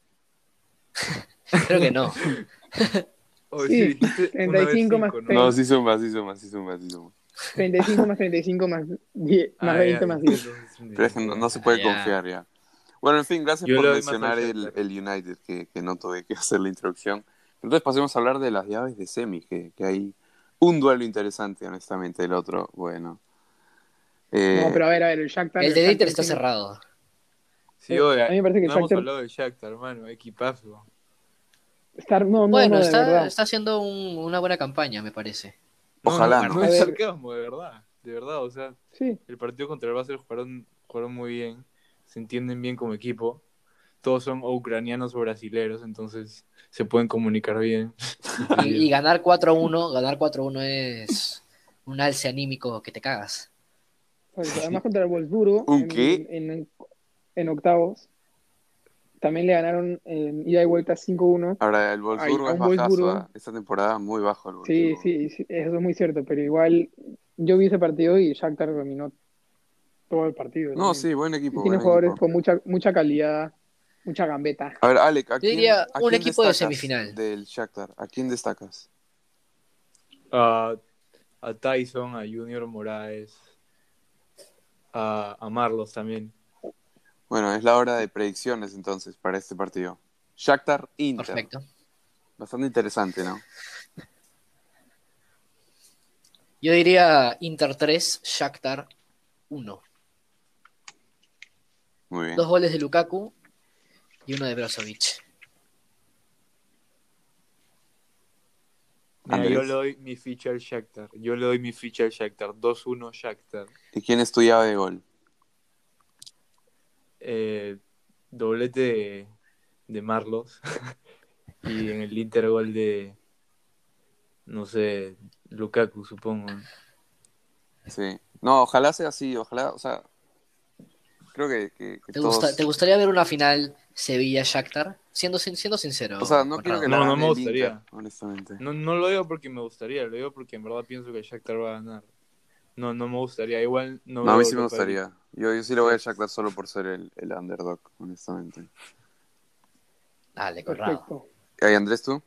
S3: Creo que no.
S4: Oh, sí,
S2: Sí,
S4: dijiste
S2: treinta
S4: una
S2: y
S4: vez
S2: cinco más
S4: cinco, ¿no?
S1: No,
S2: treinta,
S1: sí suma, sí suma, sí suma, sí suma.
S2: treinta y cinco más treinta y cinco más diez, más
S4: Ah, ya,
S2: veinte más
S4: dijiste
S2: diez.
S4: entonces
S1: Pero es que
S4: treinta y cinco
S1: no,
S4: ya.
S1: no se
S3: Ah,
S1: puede
S3: ya.
S1: confiar ya. Bueno, en fin, gracias
S4: Yo
S1: por
S4: le doy más al
S1: mencionar el,
S4: Shakhtar.
S1: el United, que, que no tuve que hacer la introducción. Entonces pasemos a hablar de las llaves de semi, que, que hay un duelo interesante, honestamente. El otro, bueno.
S2: No,
S1: Eh,
S2: pero a ver, a ver, el Shakhtar,
S3: El
S2: el
S3: de Inter
S2: Shakhtar
S3: está
S2: tiene.
S3: cerrado.
S4: Sí,
S2: eh, a
S4: oye,
S2: mí me parece que el
S4: no hemos
S2: Shakhtar
S4: hablado del Shakhtar, hermano, equipazo.
S2: está. No, no,
S3: Bueno,
S2: no, de
S3: está,
S2: verdad.
S3: está haciendo un- una buena campaña, me parece.
S4: No,
S1: Ojalá,
S4: no,
S1: ¿no?
S4: no
S2: A
S4: es
S2: ver,
S4: sarcasmo, de verdad. De verdad, o sea,
S2: sí.
S4: el partido contra el Basel jugaron, jugaron muy bien, se entienden bien como equipo. Todos son o ucranianos o brasileros, entonces se pueden comunicar bien.
S3: Y, y
S4: Y
S3: ganar cuatro a uno, ganar cuatro a uno es un alce anímico que te cagas.
S2: Exacto. Además, contra el Wolfsburgo
S1: ¿Un
S2: en,
S1: qué?
S2: en, en octavos, también le ganaron en ida y vuelta cinco uno
S1: Ahora, el
S2: a,
S1: Wolfsburgo
S2: a
S1: es
S2: un
S1: bajazo,
S2: Wolfsburgo.
S1: ¿ah? Esta temporada muy bajo el
S2: Sí,
S1: Wolfsburgo.
S2: sí, sí, eso es muy cierto, pero igual yo vi ese partido y Shakhtar dominó todo el partido
S1: No,
S2: también.
S1: sí, buen
S2: Y
S1: equipo,
S2: tiene
S1: buen
S2: jugadores
S1: equipo.
S2: con mucha, mucha calidad, mucha gambeta.
S1: A ver, Alec, ¿a
S3: Yo
S1: quién,
S3: diría
S1: a
S3: un
S1: quién
S3: equipo de
S1: destacas
S3: semifinal.
S1: del Shakhtar? ¿A quién destacas?
S4: a, a Tyson, a Junior Moraes, a, a Marlos también.
S1: Bueno, es la hora de predicciones entonces para este partido. Shakhtar Inter.
S3: Perfecto.
S1: Bastante interesante, ¿no?
S3: Yo diría Inter tres, Shakhtar uno.
S1: Muy bien.
S3: Dos goles de Lukaku y uno de Brozovic.
S4: Mira,
S1: Andrés.
S4: yo le doy mi ficha al Shakhtar. Yo le doy mi ficha al Shakhtar. dos uno Shakhtar.
S1: ¿Y quién es tu llave de gol?
S4: Eh, doblete de, de Marlos. Y en el Inter gol de, no sé, Lukaku, supongo.
S1: Sí. No, ojalá sea así, ojalá, o sea, creo que, que, que
S3: ¿Te, gusta,
S1: todos...
S3: ¿Te gustaría ver una final Sevilla-Shakhtar? Siendo, sin- siendo sincero,
S1: O sea, no quiero
S3: Conrado.
S1: que la
S4: No, no
S1: gane
S4: me
S1: el Inter,
S4: gustaría.
S1: honestamente.
S4: No, no lo digo porque me gustaría, lo digo porque en verdad pienso que el Shakhtar va a ganar. No, no me gustaría. Igual no
S1: No, a mí
S4: veo
S1: sí me
S4: Europa League.
S1: gustaría. Yo, yo sí le voy
S4: Sí.
S1: al Shakhtar solo por ser el, el underdog, honestamente.
S3: Dale, Conrado.
S2: Perfecto.
S1: ¿Y Andrés, tú?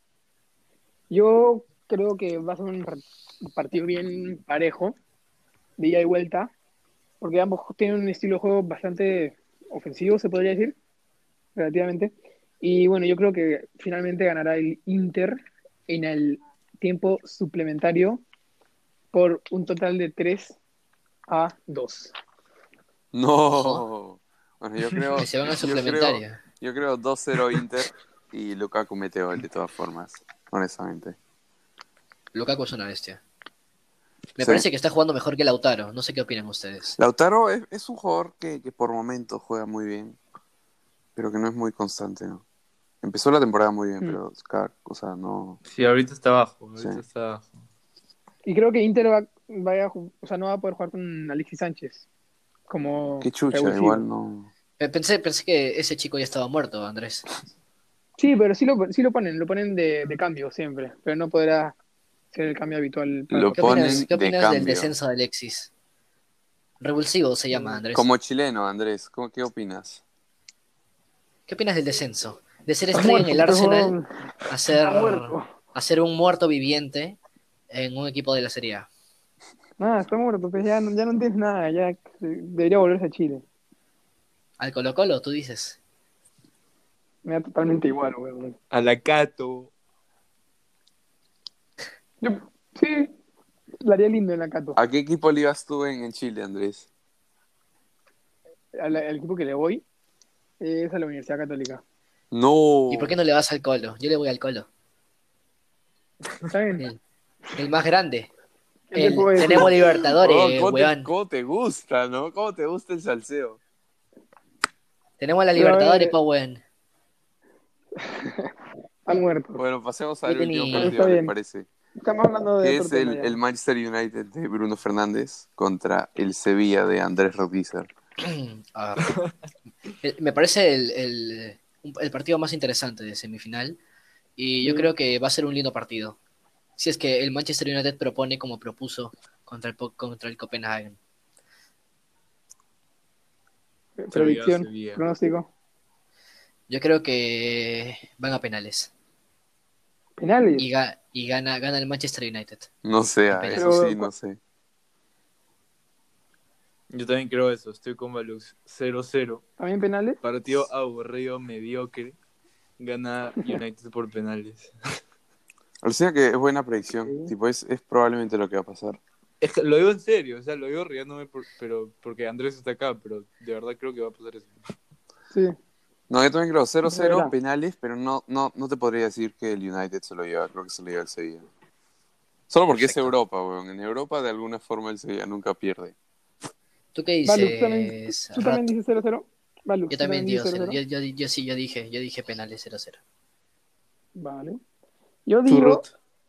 S2: Yo creo que va a ser un par- un partido bien parejo, de ida y vuelta, porque ambos tienen un estilo de juego bastante ofensivo, se podría decir, relativamente. Y bueno, yo creo que finalmente ganará el Inter en el tiempo suplementario por un total de tres a dos.
S3: Ojo,
S1: No. Bueno, yo
S3: que
S1: creo,
S3: se van a
S1: yo creo,
S3: suplementaria.
S1: yo creo dos cero Inter y Lukaku mete gol de todas formas, honestamente.
S3: Lukaku es una bestia. Me
S1: Sí.
S3: parece que está jugando mejor que Lautaro. No sé qué opinan ustedes.
S1: Lautaro es, es un jugador que, que por momentos juega muy bien, pero que no es muy constante, ¿no? Empezó la temporada muy bien,
S2: Mm.
S1: pero cada cosa no.
S4: Sí, ahorita está abajo.
S1: Sí.
S4: Ahorita está abajo.
S2: Y creo que Inter va, vaya a ju- o sea, no va a poder jugar con Alexis Sánchez como
S1: Qué chucha, igual
S2: revulsivo.
S1: no.
S3: Eh, Pensé, pensé que ese chico ya estaba muerto, Andrés.
S2: Sí, pero sí lo, sí lo ponen, lo ponen de, de cambio siempre, pero no podrá ser el cambio habitual para el
S1: Lo
S3: ¿Qué
S2: partido.
S3: opinas,
S1: ponen
S3: qué
S1: de
S3: opinas del
S1: cambio.
S3: descenso de Alexis? Revulsivo se llama, Andrés.
S1: Como chileno, Andrés, ¿cómo, qué opinas?
S3: ¿Qué opinas del descenso? De ser
S2: Está
S3: estrella en
S2: muerto,
S3: el
S2: pues,
S3: Arsenal
S2: huevón.
S3: a ser,
S2: Está muerto.
S3: a ser un muerto viviente en un equipo de la Serie A.
S2: Nada, está muerto, pues ya, no- ya no entiendes nada, ya eh, debería volverse a Chile.
S3: Al Colo Colo, tú dices.
S2: Me da totalmente igual, huevón.
S4: A la Cato.
S2: Yo, sí, la haría lindo en la Cato.
S1: ¿A qué equipo le ibas tú en, en Chile, Andrés?
S2: Al, al equipo que le voy es a la Universidad Católica.
S3: ¿Y por
S1: No.
S3: qué no le vas al Colo? Yo le voy al Colo.
S2: ¿Está bien?
S3: El, el más grande.
S2: ¿Qué te puedo
S3: El,
S2: decir?
S3: tenemos
S1: Oh,
S3: Libertadores,
S1: ¿cómo te,
S3: weón.
S1: cómo te gusta, ¿no? ¿Cómo te gusta el salseo?
S3: Tenemos la
S2: Pero a
S3: Libertadores,
S2: ver,
S3: pa' weón.
S2: están muertos.
S1: Bueno, pasemos
S3: Yo
S1: al último
S2: Pero
S3: tenía...
S2: está
S1: partido, ¿les
S2: bien.
S1: parece?
S2: Estamos hablando de
S1: Que
S2: otro
S1: es
S2: tema
S1: el,
S2: ya.
S1: el Manchester United de Bruno Fernández contra el Sevilla de Andrés Rodríguez.
S3: A ver. El- Me parece el, el, un- el partido más interesante de semifinal. Y yo
S2: Sí.
S3: creo que va a ser un lindo partido. Si es que el Manchester United propone como propuso contra el, Po- contra el Copenhagen.
S4: Sevilla,
S2: Predicción,
S4: Sevilla.
S2: pronóstico.
S3: Yo creo que van a penales.
S2: Penales.
S3: Y, ga- y gana, gana el Manchester United
S1: No sé,
S3: en
S1: a eso
S3: penales.
S1: sí,
S2: Pero,
S1: no
S2: cu-
S1: sé.
S4: Yo también creo eso. Estoy con Balux. cero cero.
S2: ¿también penales?
S4: Partido aburrido, mediocre. Gana United por penales.
S1: O sea que es buena predicción.
S2: Sí.
S1: Tipo, es, es probablemente lo que va a pasar.
S4: Es que lo digo en serio, o sea, lo digo riéndome por- pero porque Andrés está acá, pero de verdad creo que va a pasar eso.
S2: Sí,
S1: No, yo también creo cero
S2: se
S1: cero
S2: verá.
S1: penales, pero no, no, no te podría decir que el United se lo lleva. Creo que se lo lleva el Sevilla. Solo porque es
S3: Perfecto.
S1: Europa, weón. En Europa, de alguna forma, el Sevilla nunca pierde.
S3: ¿Tú qué
S2: Valux, ¿tú también,
S3: dices,
S2: tú también
S3: Rat?
S2: dices cero cero?
S3: Yo
S2: Valux, ¿tú
S3: también
S2: también
S3: digo
S2: dices
S3: cero.
S2: cero
S3: Yo,
S2: cero?
S3: yo, yo sí, yo dije, yo dije penales cero cero.
S2: Vale. Yo
S4: Tu
S2: digo,
S4: Ruth.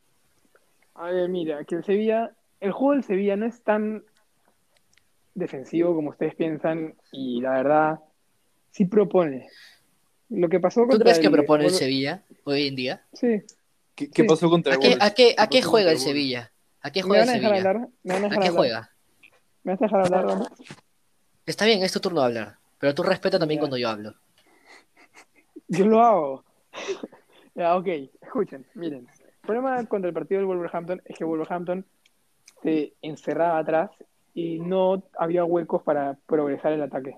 S2: a ver, mira, que el Sevilla, el juego del Sevilla no es tan defensivo como ustedes piensan y la verdad sí propone. Lo que pasó
S3: ¿Tú
S2: contra
S3: crees que
S2: el...
S3: propone el
S2: Wolver-
S3: Sevilla hoy en día?
S2: Sí,
S4: ¿Qué, qué
S2: sí.
S4: pasó contra
S3: ¿A
S4: el
S3: qué, a
S4: Wolves?
S3: qué,
S4: ¿Qué
S3: a qué
S4: pasó
S3: juega
S4: contra
S3: el
S4: el Wolves?
S3: Sevilla? ¿A qué
S2: ¿Me
S3: juega el
S2: van a dejar
S3: Sevilla?
S2: hablar? ¿Me van a
S3: ¿A
S2: dejar
S3: qué
S2: hablar?
S3: juega?
S2: ¿Me vas a dejar hablar, Valux?
S3: Está bien, es tu turno de hablar. Pero tú respeta también
S2: Ya,
S3: cuando yo hablo.
S2: yo lo hago. Ya, ok, escuchen, miren. El problema contra el partido del Wolverhampton es que Wolverhampton se encerraba atrás y no había huecos para progresar el ataque.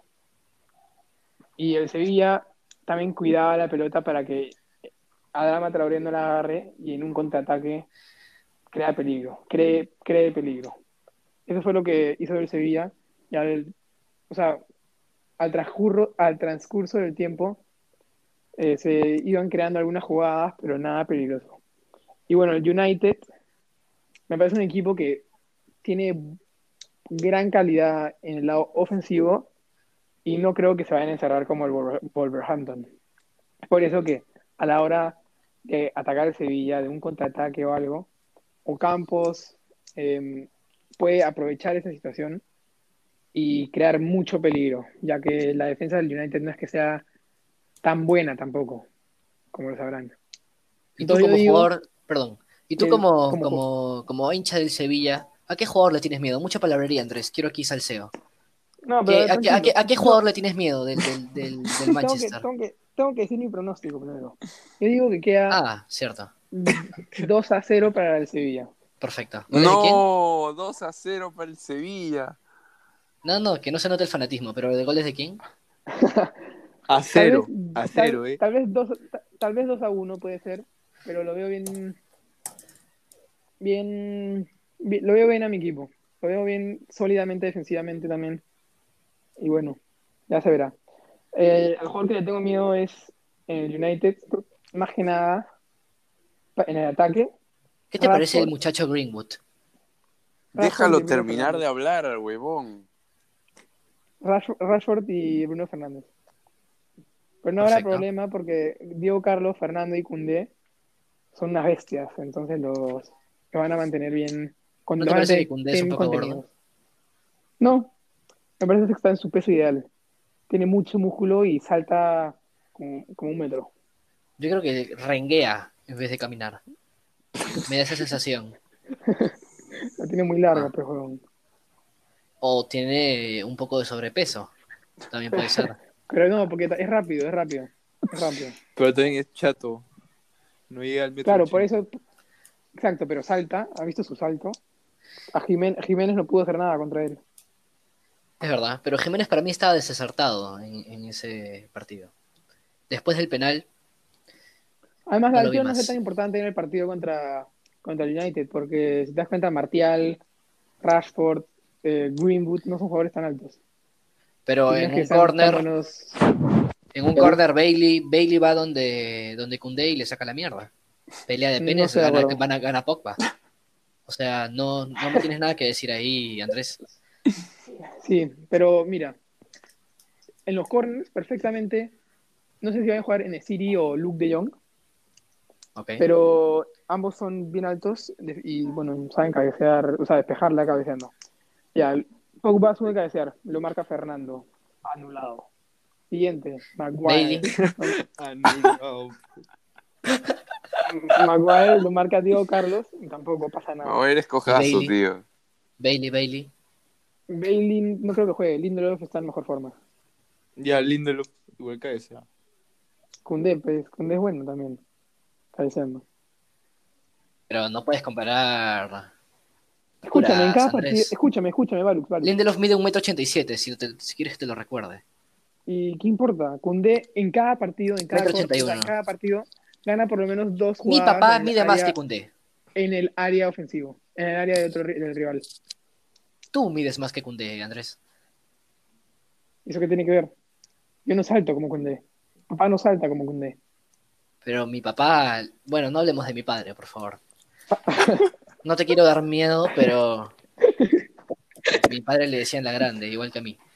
S2: Y el Sevilla también cuidaba la pelota para que Adama Traoré no la agarre y en un contraataque crea peligro, cree, cree peligro. Eso fue lo que hizo el Sevilla. Y al, o sea, al transcurso, al transcurso del tiempo eh, se iban creando algunas jugadas, pero nada peligroso. Y bueno, el United me parece un equipo que tiene gran calidad en el lado ofensivo y no creo que se vayan a encerrar como el Wolver- Wolverhampton. Es por eso que a la hora de atacar el Sevilla, de un contraataque o algo, Ocampos eh, puede aprovechar esa situación y crear mucho peligro, ya que la defensa del United no es que sea tan buena tampoco, como lo sabrán.
S3: Y tú
S2: Entonces yo
S3: como
S2: digo
S3: jugador, perdón, y tú
S2: que
S3: como,
S2: como...
S3: como, como hincha del Sevilla, ¿A qué jugador le tienes miedo? Mucha palabrería, Andrés. Quiero aquí salseo.
S2: No,
S3: ¿Qué-
S2: pero
S3: a, qué, a qué-
S2: tranquilo.
S3: a qué
S2: No,
S3: jugador le tienes miedo del, del, del, del
S2: tengo que,
S3: Manchester?
S2: tengo que, tengo que decir mi pronóstico primero. Yo digo que queda
S3: Ah, cierto.
S2: dos a cero para el Sevilla.
S3: Perfecto. ¿Goles de quién?
S1: No, dos a cero para el Sevilla.
S3: No, no, que no se note el fanatismo, pero ¿de goles de quién?
S4: A
S2: Tal vez,
S4: cero, a
S2: tal,
S4: cero, ¿eh?
S2: tal vez dos, ta- tal vez dos a uno puede ser, pero lo veo bien, bien, bien- lo veo bien a mi equipo. Lo veo bien sólidamente defensivamente también. Y bueno, ya se verá. Eh, el jugador que le tengo miedo es el United, más que nada pa- en el ataque.
S3: ¿Qué te parece el
S2: Rashford,
S3: muchacho Greenwood?
S2: Rashford
S1: Déjalo
S2: y Bruno
S1: terminar
S2: Fernández.
S1: de hablar, huevón.
S2: Rashford, Rashford y Bruno Fernández. Pero no habrá
S3: Perfecto.
S2: problema porque Diego Carlos, Fernando y Koundé son unas bestias, entonces los, los van a mantener bien, con-
S3: ¿No
S2: los
S3: te
S2: van a
S3: parece que
S2: mantener
S3: Koundé es un
S2: bien
S3: poco gordo?
S2: contenidos. No, me parece que está en su peso ideal. Tiene mucho músculo y salta como, como un metro.
S3: Yo creo que renguea en vez de caminar. Me da esa sensación.
S2: La tiene muy larga,
S3: Ah.
S2: pero juego.
S3: O tiene un poco de sobrepeso. También puede ser.
S2: Pero no, porque es rápido, es rápido, es rápido.
S4: Pero también es chato. No llega al metro
S2: Claro, por
S4: ochenta.
S2: eso, exacto, pero salta, ¿ha visto su salto? A Jiménez, Jiménez no pudo hacer nada contra él.
S3: Es verdad. Pero Jiménez para mí estaba desacertado en, en ese partido. Después del penal,
S2: Además, la
S3: no lo vi
S2: altura no es tan
S3: más.
S2: importante en el partido contra, contra el United, porque si te das cuenta, Martial, Rashford, eh, Greenwood no son jugadores tan altos. Y
S3: Pero
S2: no
S3: en
S2: es que
S3: un
S2: sean tan
S3: corner,
S2: buenos.
S3: en un
S2: Pero
S3: corner Bailey, Bailey va donde, donde Koundé y le saca la mierda. Pelea de
S2: no
S3: penes,
S2: estoy de
S3: gana,
S2: acuerdo.
S3: van a, gana Pogba. O sea, no, no me tienes nada que decir ahí, Andrés.
S2: Sí, pero mira, en los corners perfectamente, no sé si van a jugar en City o Luke de Jong,
S3: Ok.
S2: pero ambos son bien altos de- y bueno, saben cabecear, o sea, despejarla cabeceando. Ya, Pogba sube a cabecear, lo marca Fernando, anulado. Siguiente, Maguire.
S3: Bailey,
S2: ¿no?
S4: Anulado.
S2: Maguire lo marca Diego Carlos y tampoco pasa
S1: No,
S2: nada.
S1: eres
S3: y
S1: cojazo,
S3: Bailey,
S1: tío.
S3: Bailey, Bailey.
S2: Bailey no creo que juegue, Lindelof está en mejor forma.
S4: Ya, Lindelof, igual que ese.
S2: Koundé, pues, Koundé es bueno también, cabeceando.
S3: Pero no puedes comparar
S2: Escúchame, en
S3: puras,
S2: cada partido,
S3: Andrés.
S2: escúchame, escúchame, Balux, Balux.
S3: Lindelof mide un metro ochenta y siete, si, te- si quieres que te lo recuerde.
S2: ¿Y qué importa? Koundé en cada partido, en cada
S3: Metro
S2: cor-
S3: ochenta y
S2: o sea, en
S3: uno.
S2: cada partido gana por lo menos dos
S3: Mi
S2: jugadas
S3: papá
S2: en el
S3: mide más que
S2: área,
S3: Koundé.
S2: en el área ofensivo, en el área de otro, ri- del rival.
S3: Tú mides más que Koundé, Andrés.
S2: ¿Eso qué tiene que ver? Yo no salto como Koundé. Papá no salta como Koundé.
S3: Pero mi papá, bueno, no hablemos de mi padre, por favor. No te quiero dar miedo, pero mi padre le decían la grande, igual que a mí.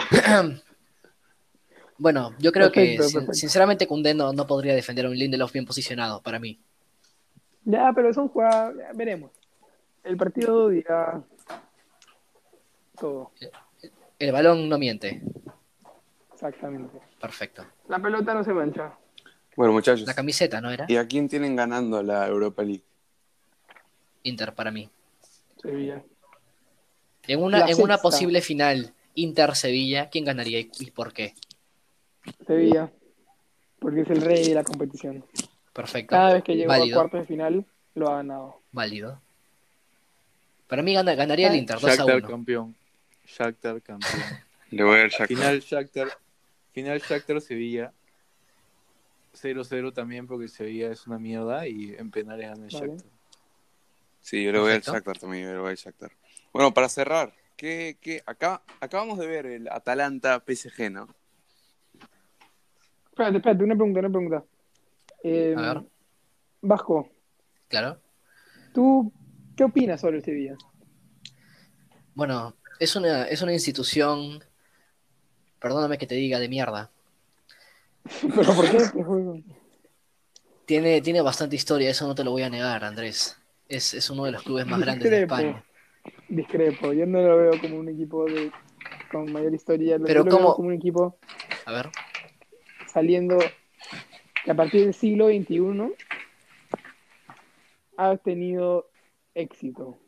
S3: Bueno, yo creo que
S2: Perfecto,
S3: sin-
S2: perfecto.
S3: sinceramente Koundé no, no podría defender a un Lindelof bien posicionado para mí.
S2: Ya, pero son jugadas, ya, veremos. El partido dirá todo,
S3: El balón no miente.
S2: exactamente.
S3: Perfecto.
S2: La pelota no se mancha.
S1: Bueno,
S3: La
S1: muchachos,
S3: camiseta, ¿no era?
S1: ¿y a quién tienen ganando la Europa League?
S3: Inter para mí.
S2: Sevilla.
S3: En una,
S2: La
S3: en una
S2: sexta,
S3: posible final Inter-Sevilla, ¿quién ganaría y, y por qué?
S2: Sevilla, porque es el rey de la competición.
S3: Perfecto.
S2: Cada vez que llegó a
S3: Válido.
S2: cuartos de final, lo ha ganado.
S3: Válido. Para mí gana- ganaría el
S2: Ah,
S3: Inter dos a
S4: Shakhtar
S3: uno.
S4: campeón. Shakhtar campeón.
S1: Le voy a dar Shakhtar.
S4: Final Shakhtar. Final Shakhtar Sevilla. cero cero también porque Sevilla es una mierda y en penales gana el
S2: Vale.
S4: Shakhtar.
S1: Sí, yo le voy al
S3: Perfecto.
S1: Shakhtar también, yo le voy al Shakhtar. Bueno, para cerrar, ¿qué, qué? Acá, acabamos de ver el Atalanta-P S G, ¿no?
S2: Espérate, espérate, una pregunta, una pregunta. Eh,
S3: A ver,
S2: Vasco,
S3: claro.
S2: ¿tú qué opinas sobre el Sevilla?
S3: Bueno, es una, es una institución, perdóname que te diga, de mierda.
S2: ¿Pero por qué? Pues, bueno,
S3: Tiene, tiene bastante historia, eso no te lo voy a negar, Andrés. Es, es uno de los clubes más grandes de
S2: discrepo,
S3: España.
S2: discrepo. Yo no lo veo como un equipo de, con mayor historia. Lo- Yo
S3: Pero
S2: lo veo
S3: ¿cómo?
S2: como un equipo
S3: A ver,
S2: saliendo que a partir del siglo veintiuno ha tenido éxito.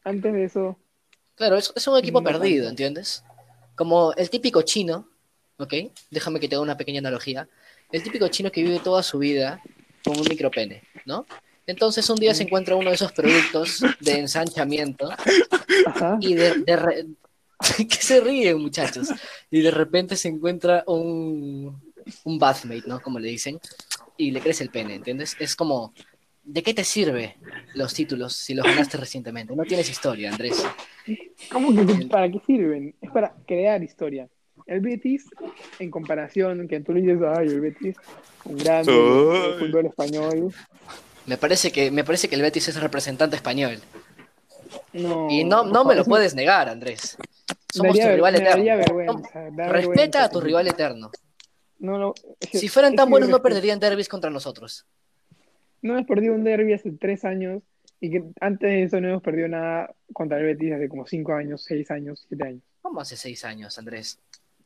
S2: antes de eso,
S3: Claro, es, es un equipo
S2: no
S3: perdido,
S2: tanto.
S3: ¿entiendes? Como el típico chino, ¿ok? Déjame que te haga una pequeña analogía. El típico chino que vive toda su vida con un micropene, ¿no? Entonces un día se encuentra uno de esos productos de ensanchamiento
S2: Ajá.
S3: y de, de re- ¿Qué se ríen, muchachos? Y de repente se encuentra un, un bathmate, ¿no? Como le dicen, y le crece el pene, ¿entiendes? Es como, ¿de qué te sirve los títulos si los ganaste recientemente? No tienes historia, Andrés.
S2: ¿Cómo que
S3: El-
S2: para qué sirven? Es para crear historia. El Betis, en comparación, que tú le dices, ay, el Betis, un grande del, del
S1: Ay.
S2: fútbol español.
S3: me parece que, me parece que el Betis es representante español. Y no,
S2: No, por
S3: no me
S2: favor,
S3: lo
S2: es un-
S3: puedes negar, Andrés. Somos
S2: daría
S3: tu
S2: ver-
S3: rival
S2: me daría
S3: eterno. No,
S2: vergüenza, da vergüenza
S3: respeta a
S2: ese
S3: tu
S2: equipo.
S3: rival eterno.
S2: No, no, es que,
S3: Si fueran
S2: es
S3: tan
S2: que
S3: buenos, no
S2: respe-
S3: perderían derbis contra nosotros.
S2: no hemos perdido un derbi hace tres años y que antes de eso no hemos perdido nada contra el Betis hace como cinco años, seis años, siete años.
S3: ¿Cómo hace seis años, Andrés?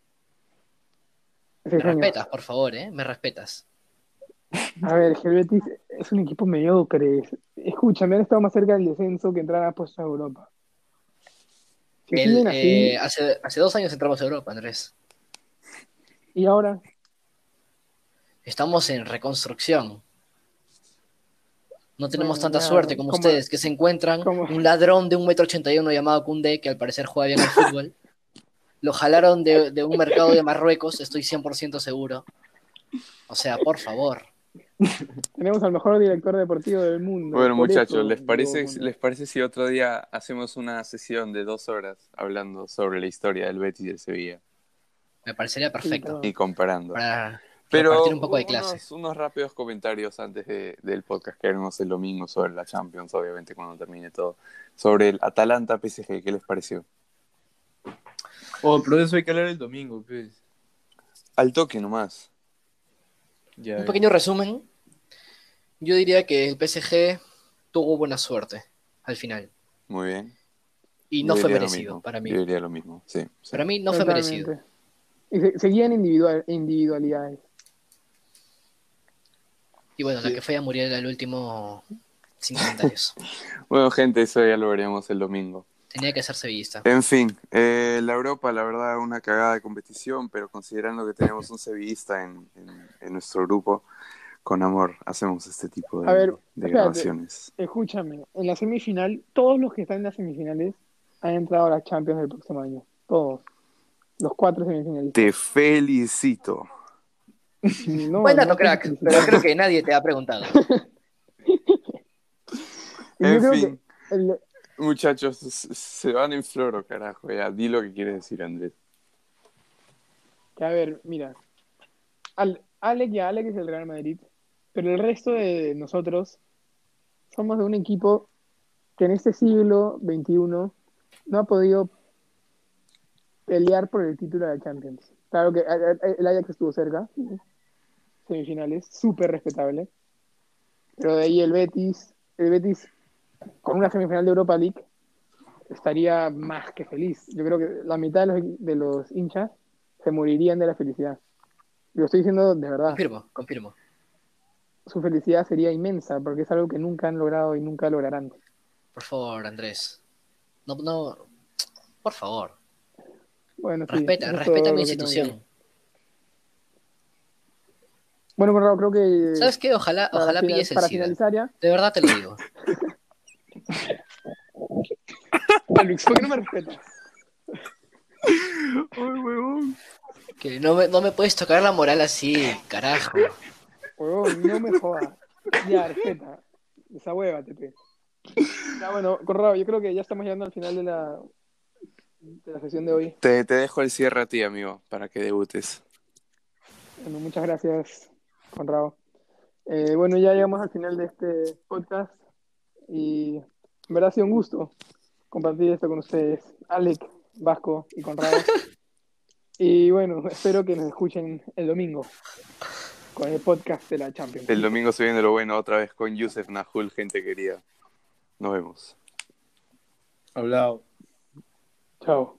S3: Me
S2: Seis años.
S3: respetas, por favor, ¿eh? Me respetas.
S2: A ver, el Betis es un equipo mediocre. Escúchame, han estado más cerca del descenso que entrar a puestos a Europa. Si
S3: El,
S2: siguen así,
S3: eh, hace, hace dos años entramos a Europa, Andrés.
S2: y ahora,
S3: Estamos en reconstrucción. No tenemos
S2: bueno,
S3: tanta
S2: ya,
S3: suerte como
S2: como,
S3: ustedes, que se encuentran
S2: como,
S3: un ladrón de un metro ochenta y uno llamado Koundé, que al parecer juega bien al fútbol. Lo jalaron de, de un mercado de Marruecos, estoy cien por ciento seguro. O sea, por favor.
S2: tenemos al mejor director deportivo del mundo.
S1: Bueno,
S2: Por
S1: muchachos,
S2: eso
S1: ¿les
S2: llegó
S1: parece,
S2: Koundé.
S1: ¿les parece si otro día hacemos una sesión de dos horas hablando sobre la historia del Betis y del Sevilla
S3: Me parecería
S2: Sí,
S3: perfecto
S1: y
S2: perdón.
S1: comparando?
S3: para repartir
S1: Pero
S3: un poco de clase.
S1: unos, unos rápidos comentarios antes de- del podcast que haremos el domingo sobre la Champions, obviamente cuando termine todo. Sobre el Atalanta-P S G, ¿qué les pareció?
S4: Oh, pero de eso hay que hablar el domingo, pues.
S1: Al toque nomás.
S4: Ya,
S3: Un
S4: ya.
S3: pequeño resumen. Yo diría que el P S G tuvo buena suerte al final.
S1: Muy bien.
S3: Y
S1: Yo
S3: no fue
S1: diría lo
S3: merecido
S1: mismo.
S3: para mí.
S1: Yo diría lo mismo, sí. sí.
S3: Para mí no fue merecido.
S2: Totalmente. Y se- seguían individual, individualidades.
S3: Y bueno, la
S1: Sí.
S3: que fue a Muriel al último, sin comentarios.
S1: Bueno, gente, eso ya lo veremos el domingo.
S3: Tenía que ser sevillista.
S1: En fin, eh, la Europa, la verdad, una cagada de competición, pero considerando que tenemos un sevillista en, en- en nuestro grupo, con amor hacemos este tipo
S2: A
S1: de,
S2: ver,
S1: de
S2: espérate,
S1: grabaciones.
S2: escúchame. En la semifinal, todos los que están en las semifinales han entrado a la Champions del próximo año. Todos. Los cuatro semifinalistas.
S1: Te felicito.
S2: No,
S3: Buen
S2: no
S3: dato,
S2: hay que
S3: crack,
S2: felicitar.
S3: pero creo que nadie te ha preguntado.
S2: Y yo
S1: En
S2: creo
S1: fin,
S2: que el-
S1: muchachos, s- se van en floro, carajo. Ya, di lo que quieres decir, Andrés.
S2: que, a ver, mira. Al, Alec y Alec es el Real Madrid, pero el resto de nosotros somos de un equipo que en este siglo veintiuno no ha podido pelear por el título de la Champions. Claro que a- a- el Ajax estuvo cerca, semifinales, súper respetable. Pero de ahí el Betis, el Betis con una semifinal de Europa League estaría más que feliz. Yo creo que la mitad de los, de los hinchas se morirían de la felicidad. Lo estoy diciendo de verdad.
S3: Confirmo, confirmo.
S2: Su felicidad sería inmensa porque es algo que nunca han logrado y nunca lograrán.
S3: Por favor, Andrés. No, no. Por favor.
S2: Bueno, sí,
S3: Respeta,
S2: eso es
S3: respeta
S2: todo
S3: mi
S2: lo que tengo que decir.
S3: institución.
S2: Bueno, Conrado, creo que
S3: ¿Sabes qué? Ojalá,
S2: para,
S3: ojalá
S2: fina-
S3: pilles el
S2: para
S3: SIDA.
S2: finalizar ya,
S3: De verdad te lo digo.
S2: Luis, ¿por qué no me respetas?
S1: ¡Ay, huevón!
S3: Que no me, no me puedes tocar la moral así, carajo.
S2: Huevón, no me jodas. Ya, respeta. Desahuévate, pe. Ya, bueno, Conrado, yo creo que ya estamos llegando al final de la, de la sesión de hoy.
S1: Te, te dejo el cierre a ti, amigo, para que debutes.
S2: Bueno, muchas gracias, Conrado. Eh, bueno, ya llegamos al final de este podcast y en verdad ha sido un gusto compartir esto con ustedes, Alec, Vasco y Conrado. Y bueno, espero que nos escuchen el domingo con el podcast de la Champions.
S1: El domingo se viene lo bueno otra vez con Yusef Nahul, gente querida. Nos vemos.
S4: Hablado.
S2: Chao.